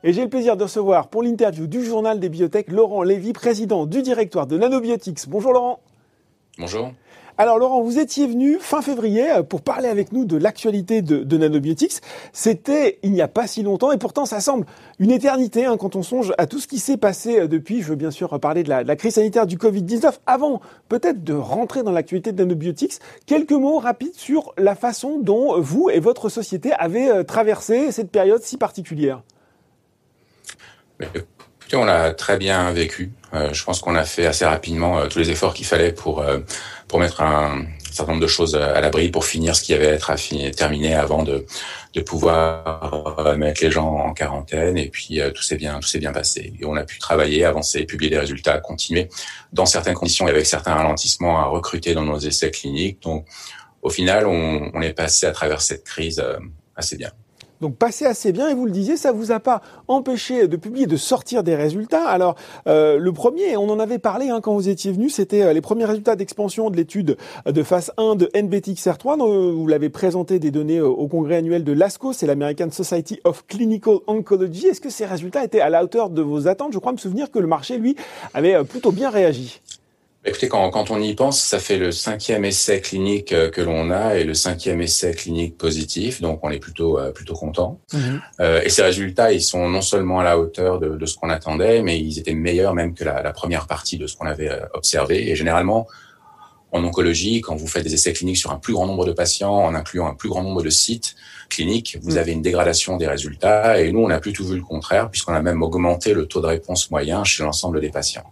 Et j'ai le plaisir de recevoir pour l'interview du Journal des Biotech Laurent Lévy, président du directoire de Nanobiotics. Bonjour Laurent. Bonjour. Alors Laurent, vous étiez venu fin février pour parler avec nous de l'actualité de Nanobiotics. C'était il n'y a pas si longtemps et pourtant ça semble une éternité quand on songe à tout ce qui s'est passé depuis. Je veux bien sûr parler de la crise sanitaire du Covid-19. Avant peut-être de rentrer dans l'actualité de Nanobiotics, quelques mots rapides sur la façon dont vous et votre société avez traversé cette période si particulière. Écoutez, on l'a très bien vécu. Je pense qu'on a fait assez rapidement tous les efforts qu'il fallait pour mettre un certain nombre de choses à l'abri, pour finir ce qui avait à être terminé avant de pouvoir mettre les gens en quarantaine. Et puis tout s'est bien passé. Et on a pu travailler, avancer, publier des résultats, continuer dans certaines conditions et avec certains ralentissements à recruter dans nos essais cliniques. Donc au final, on est passé à travers cette crise assez bien. Donc passé assez bien, et vous le disiez, ça vous a pas empêché de publier, de sortir des résultats. Alors le premier, on en avait parlé quand vous étiez venu, c'était les premiers résultats d'expansion de l'étude de phase 1 de NBTXR3. Vous l'avez présenté des données au congrès annuel de l'ASCO, c'est l'American Society of Clinical Oncology. Est-ce que ces résultats étaient à la hauteur de vos attentes ? Je crois me souvenir que le marché, lui, avait plutôt bien réagi. Écoutez, quand on y pense, ça fait le 5e essai clinique que l'on a et le 5e essai clinique positif, donc on est plutôt content. Et ces résultats, ils sont non seulement à la hauteur de ce qu'on attendait, mais ils étaient meilleurs même que la première partie de ce qu'on avait observé. Et généralement, en oncologie, quand vous faites des essais cliniques sur un plus grand nombre de patients, en incluant un plus grand nombre de sites cliniques, vous avez une dégradation des résultats. Et nous, on a plutôt vu le contraire, puisqu'on a même augmenté le taux de réponse moyen chez l'ensemble des patients.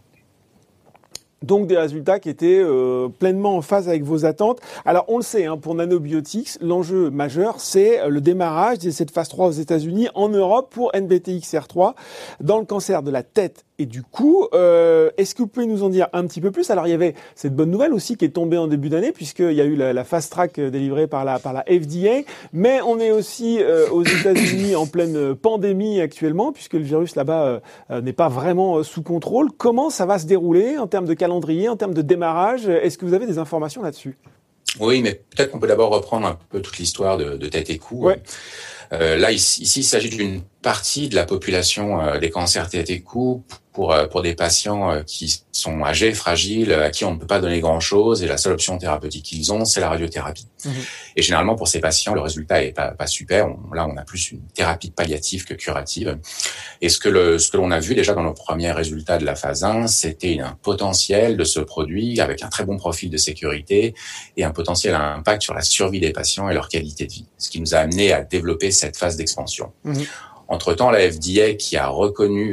Donc des résultats qui étaient pleinement en phase avec vos attentes. Alors on le sait, pour Nanobiotics, l'enjeu majeur, c'est le démarrage de cette phase 3 aux États-Unis, en Europe pour NBTXR3, dans le cancer de la tête et du cou. Est-ce que vous pouvez nous en dire un petit peu plus ? Alors il y avait cette bonne nouvelle aussi qui est tombée en début d'année, puisqu'il y a eu la fast track délivrée par la FDA, mais on est aussi aux États-Unis en pleine pandémie actuellement, puisque le virus là-bas n'est pas vraiment sous contrôle. Comment ça va se dérouler en termes de calendrier, en termes de démarrage ? Est-ce que vous avez des informations là-dessus ? Oui, mais peut-être qu'on peut d'abord reprendre un peu toute l'histoire de tête et cou. Ouais. Là, ici, il s'agit d'une partie de la population des cancers tête et cou pour des patients qui sont âgés, fragiles, à qui on ne peut pas donner grand-chose, et la seule option thérapeutique qu'ils ont, c'est la radiothérapie. Et généralement, pour ces patients, le résultat est pas super. Là, on a plus une thérapie palliative que curative. Et ce que l'on a vu déjà dans nos premiers résultats de la phase 1, c'était un potentiel de ce produit avec un très bon profil de sécurité et un potentiel impact sur la survie des patients et leur qualité de vie. Ce qui nous a amené à développer cette phase d'expansion. Entre-temps, la FDA, qui a reconnu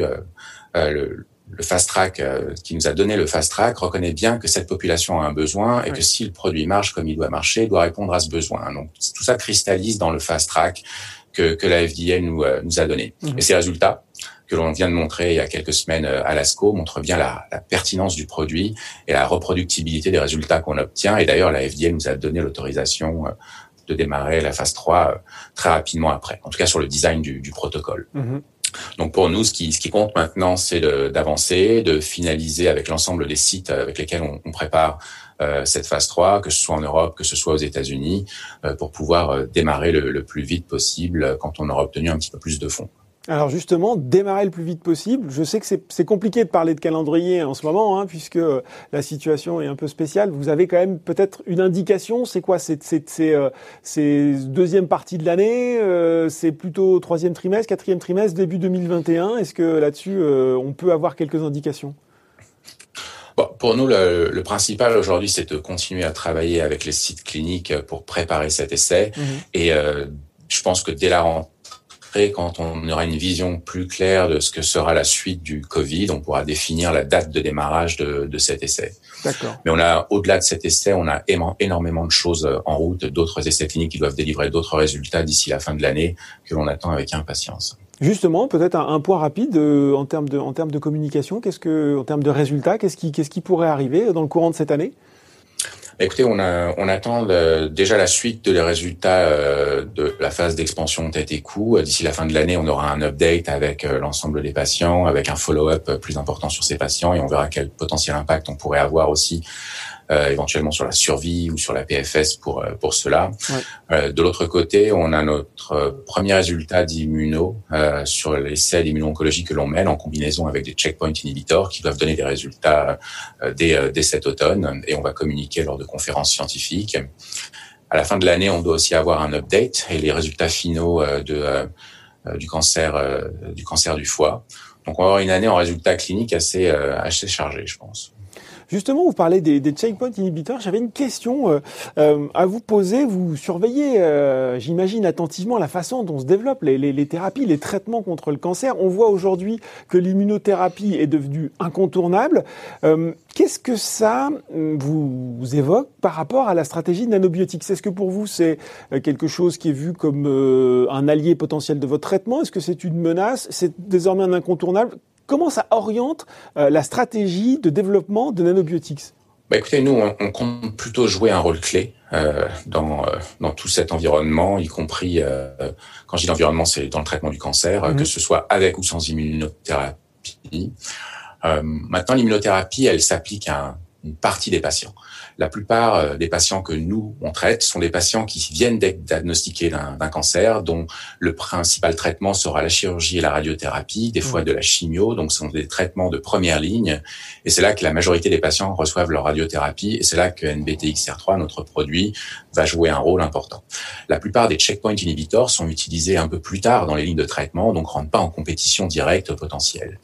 le fast track, qui nous a donné le fast track, reconnaît bien que cette population a un besoin et que si le produit marche comme il doit marcher, il doit répondre à ce besoin. Donc tout ça cristallise dans le fast track que la FDA nous a donné. Et ces résultats que l'on vient de montrer il y a quelques semaines à l'ASCO montrent bien la pertinence du produit et la reproductibilité des résultats qu'on obtient. Et d'ailleurs, la FDA nous a donné l'autorisation de démarrer la phase 3 très rapidement après, en tout cas sur le design du protocole. Donc pour nous, ce qui compte maintenant, c'est d'avancer, de finaliser avec l'ensemble des sites avec lesquels on prépare cette phase 3, que ce soit en Europe, que ce soit aux États-Unis, pour pouvoir démarrer le plus vite possible quand on aura obtenu un petit peu plus de fonds. Alors justement, démarrer le plus vite possible. Je sais que c'est compliqué de parler de calendrier en ce moment, puisque la situation est un peu spéciale. Vous avez quand même peut-être une indication. C'est quoi ? C'est deuxième partie de l'année, c'est plutôt troisième trimestre, quatrième trimestre, début 2021. Est-ce que là-dessus, on peut avoir quelques indications ? Bon, pour nous, le principal aujourd'hui, c'est de continuer à travailler avec les sites cliniques pour préparer cet essai. Et je pense que dès la rentrée, quand on aura une vision plus claire de ce que sera la suite du Covid, on pourra définir la date de démarrage de cet essai. D'accord. Mais au-delà de cet essai, on a énormément de choses en route, d'autres essais cliniques qui doivent délivrer d'autres résultats d'ici la fin de l'année que l'on attend avec impatience. Justement, peut-être un point rapide en termes de communication. En termes de résultats, qu'est-ce qui pourrait arriver dans le courant de cette année ? Écoutez, on attend déjà la suite de les résultats de la phase d'expansion tête et cou. D'ici la fin de l'année, on aura un update avec l'ensemble des patients, avec un follow-up plus important sur ces patients, et on verra quel potentiel impact on pourrait avoir aussi éventuellement sur la survie ou sur la PFS pour cela. Ouais. De l'autre côté, on a notre premier résultat d'immuno sur l'essai d'immuno-oncologie que l'on mène en combinaison avec des checkpoint inhibitors qui doivent donner des résultats dès cet automne, et on va communiquer lors de conférences scientifiques. À la fin de l'année, on doit aussi avoir un update et les résultats finaux du cancer du foie. Donc, on va avoir une année en résultats cliniques assez chargée, je pense. Justement, vous parlez des checkpoint inhibiteurs. J'avais une question à vous poser. Vous surveillez, j'imagine, attentivement la façon dont se développent les thérapies, les traitements contre le cancer. On voit aujourd'hui que l'immunothérapie est devenue incontournable. Qu'est-ce que ça vous évoque par rapport à la stratégie de Nanobiotix? Est-ce que pour vous, c'est quelque chose qui est vu comme un allié potentiel de votre traitement? Est-ce que c'est une menace? C'est désormais un incontournable? Comment ça oriente la stratégie de développement de Nanobiotix? Écoutez, nous, on compte plutôt jouer un rôle clé dans tout cet environnement, y compris, quand je dis l'environnement, c'est dans le traitement du cancer, que ce soit avec ou sans immunothérapie. Maintenant, l'immunothérapie, elle s'applique à une partie des patients. La plupart des patients que nous, on traite sont des patients qui viennent d'être diagnostiqués d'un cancer, dont le principal traitement sera la chirurgie et la radiothérapie, des fois de la chimio, donc ce sont des traitements de première ligne. Et c'est là que la majorité des patients reçoivent leur radiothérapie, et c'est là que NBTXR3, notre produit, va jouer un rôle important. La plupart des checkpoint inhibitors sont utilisés un peu plus tard dans les lignes de traitement, donc rentrent pas en compétition directe potentielle.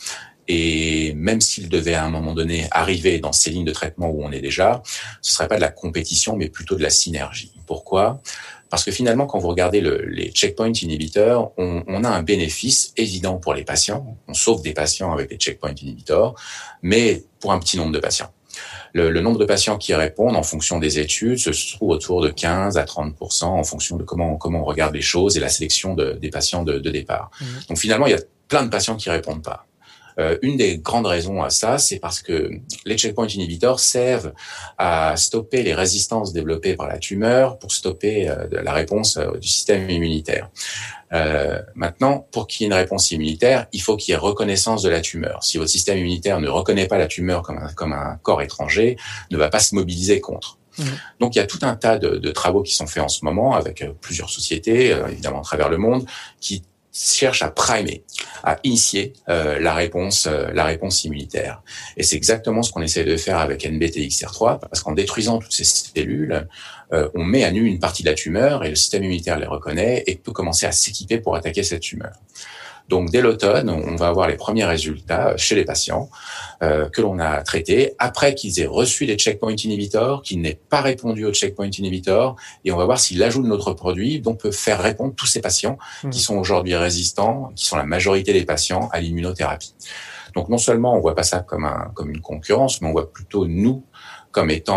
Et même s'il devait à un moment donné arriver dans ces lignes de traitement où on est déjà, ce serait pas de la compétition, mais plutôt de la synergie. Pourquoi ? Parce que finalement, quand vous regardez les checkpoint inhibiteurs, on a un bénéfice évident pour les patients. On sauve des patients avec les checkpoint inhibitors, mais pour un petit nombre de patients. Le nombre de patients qui répondent en fonction des études se trouve autour de 15 à 30% en fonction de comment on regarde les choses et la sélection des patients de départ. Donc finalement, il y a plein de patients qui répondent pas. Une des grandes raisons à ça, c'est parce que les checkpoint inhibitors servent à stopper les résistances développées par la tumeur pour stopper la réponse du système immunitaire. Maintenant, pour qu'il y ait une réponse immunitaire, il faut qu'il y ait reconnaissance de la tumeur. Si votre système immunitaire ne reconnaît pas la tumeur comme un corps étranger, ne va pas se mobiliser contre. Donc, il y a tout un tas de travaux qui sont faits en ce moment avec plusieurs sociétés, évidemment à travers le monde, qui cherche à primer, à initier la réponse immunitaire. Et c'est exactement ce qu'on essaie de faire avec NBTXR3, parce qu'en détruisant toutes ces cellules, on met à nu une partie de la tumeur et le système immunitaire les reconnaît et peut commencer à s'équiper pour attaquer cette tumeur. Donc, dès l'automne, on va avoir les premiers résultats chez les patients que l'on a traités après qu'ils aient reçu les checkpoint inhibitors, qu'ils n'aient pas répondu aux checkpoint inhibitors, et on va voir si l'ajout de notre produit donc peut faire répondre tous ces patients qui sont aujourd'hui résistants, qui sont la majorité des patients à l'immunothérapie. Donc, non seulement on voit pas ça comme une concurrence, mais on voit plutôt nous comme étant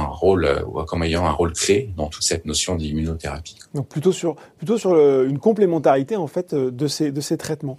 comme ayant un rôle clé dans toute cette notion d'immunothérapie. Donc plutôt sur une complémentarité en fait de ces traitements.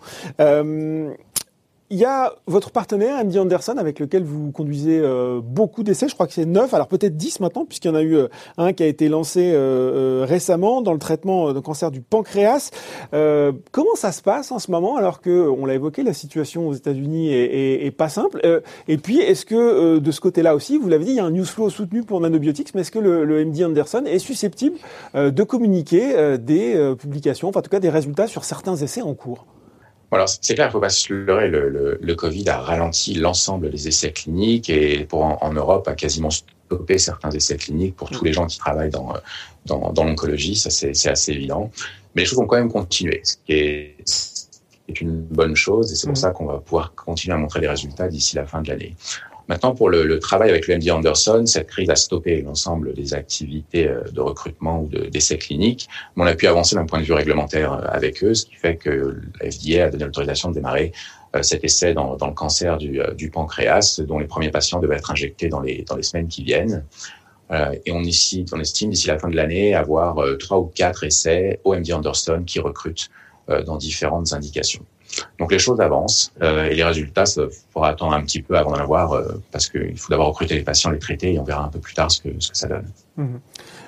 Il y a votre partenaire, MD Anderson, avec lequel vous conduisez beaucoup d'essais. Je crois que c'est 9, alors peut-être 10 maintenant, puisqu'il y en a eu un qui a été lancé récemment dans le traitement de cancer du pancréas. Comment ça se passe en ce moment, alors que, on l'a évoqué, la situation aux États-Unis est pas simple. Et puis, est-ce que de ce côté-là aussi, vous l'avez dit, il y a un news flow soutenu pour Nanobiotix, mais est-ce que le MD Anderson est susceptible de communiquer des publications, enfin en tout cas des résultats sur certains essais en cours ? Alors, c'est clair, il ne faut pas se leurrer, le Covid a ralenti l'ensemble des essais cliniques et en Europe a quasiment stoppé certains essais cliniques pour tous les gens qui travaillent dans l'oncologie, ça c'est assez évident. Mais les choses vont quand même continuer, ce qui est une bonne chose, et c'est pour ça qu'on va pouvoir continuer à montrer les résultats d'ici la fin de l'année. Maintenant, pour le travail avec le MD Anderson, cette crise a stoppé l'ensemble des activités de recrutement ou d'essais cliniques, mais on a pu avancer d'un point de vue réglementaire avec eux, ce qui fait que la FDA a donné l'autorisation de démarrer cet essai dans le cancer du pancréas, dont les premiers patients devaient être injectés dans les semaines qui viennent. Et on estime d'ici la fin de l'année avoir 3 ou 4 essais au MD Anderson qui recrutent dans différentes indications. Donc les choses avancent et les résultats, il faudra attendre un petit peu avant d'en avoir parce qu'il faut d'abord recruter les patients, les traiter et on verra un peu plus tard ce que ça donne.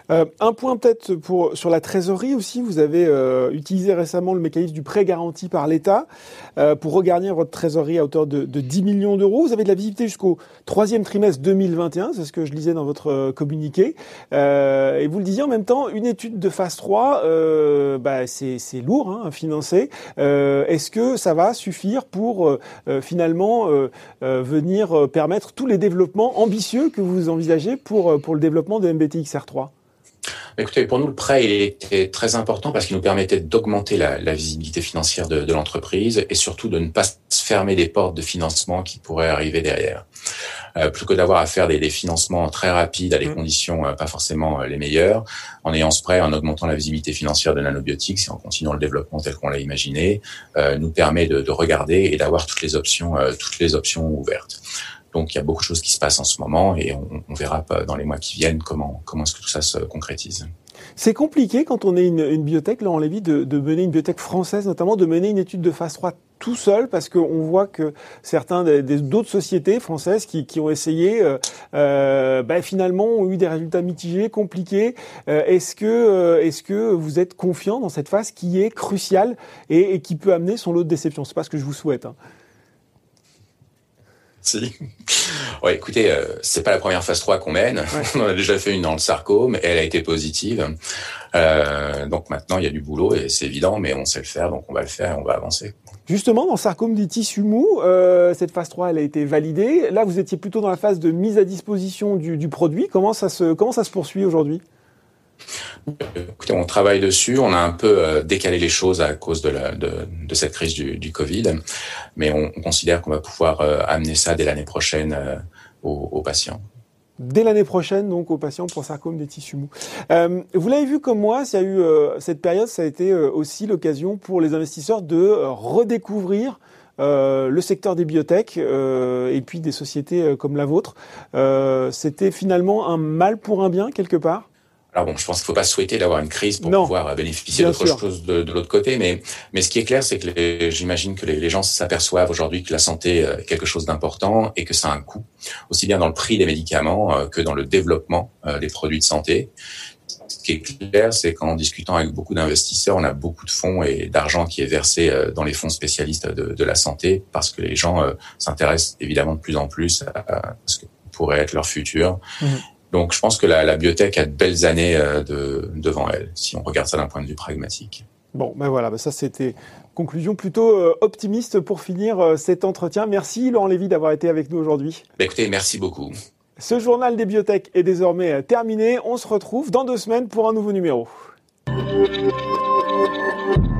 Un point peut-être sur la trésorerie aussi. Vous avez utilisé récemment le mécanisme du prêt garanti par l'État pour regarnir votre trésorerie à hauteur de 10 millions d'euros. Vous avez de la visibilité jusqu'au troisième trimestre 2021, c'est ce que je lisais dans votre communiqué. Et vous le disiez en même temps, une étude de phase 3, c'est lourd à financer. Est-ce que ça va suffire pour finalement venir permettre tous les développements ambitieux que vous envisagez pour le développement de MBTX-R3? Écoutez, pour nous, le prêt, il était très important parce qu'il nous permettait d'augmenter la visibilité financière de l'entreprise et surtout de ne pas se fermer des portes de financement qui pourraient arriver derrière. Plutôt que d'avoir à faire des financements très rapides à des conditions pas forcément les meilleures, en ayant ce prêt, en augmentant la visibilité financière de Nanobiotix et en continuant le développement tel qu'on l'a imaginé, nous permet de regarder et d'avoir toutes les options ouvertes. Donc, il y a beaucoup de choses qui se passent en ce moment et on verra dans les mois qui viennent comment est-ce que tout ça se concrétise. C'est compliqué quand on est une biotech, Laurent Lévy, de mener une biotech française, notamment de mener une étude de phase 3 tout seul, parce qu'on voit que certains d'autres sociétés françaises qui ont essayé, finalement, ont eu des résultats mitigés, compliqués. Est-ce que vous êtes confiant dans cette phase qui est cruciale et qui peut amener son lot de déception? C'est pas ce que je vous souhaite. Si. Ouais, écoutez, c'est pas la première phase 3 qu'on mène. Ouais. On en a déjà fait une dans le sarcome et elle a été positive. Donc maintenant, il y a du boulot et c'est évident, mais on sait le faire, donc on va le faire et on va avancer. Justement, dans le sarcome des tissus mous, cette phase 3, elle a été validée. Là, vous étiez plutôt dans la phase de mise à disposition du produit. Comment ça se poursuit aujourd'hui? Écoutez, on travaille dessus. On a un peu décalé les choses à cause de cette crise du Covid, mais on considère qu'on va pouvoir amener ça dès l'année prochaine aux patients. Dès l'année prochaine, donc, aux patients pour sarcome des tissus mous. Vous l'avez vu comme moi, ça a eu cette période, ça a été aussi l'occasion pour les investisseurs de redécouvrir le secteur des biotech et puis des sociétés comme la vôtre. C'était finalement un mal pour un bien quelque part? Alors bon, je pense qu'il ne faut pas souhaiter d'avoir une crise pour pouvoir bénéficier d'autre chose de l'autre côté, mais ce qui est clair, c'est que j'imagine que les gens s'aperçoivent aujourd'hui que la santé est quelque chose d'important et que ça a un coût, aussi bien dans le prix des médicaments que dans le développement des produits de santé. Ce qui est clair, c'est qu'en discutant avec beaucoup d'investisseurs, on a beaucoup de fonds et d'argent qui est versé dans les fonds spécialistes de la santé parce que les gens s'intéressent évidemment de plus en plus à ce que pourrait être leur futur. Mmh. Donc, je pense que la biotech a de belles années devant elle, si on regarde ça d'un point de vue pragmatique. Bon, voilà, ça c'était conclusion plutôt optimiste pour finir cet entretien. Merci Laurent Lévy d'avoir été avec nous aujourd'hui. Écoutez, merci beaucoup. Ce journal des biotech est désormais terminé. On se retrouve dans 2 semaines pour un nouveau numéro.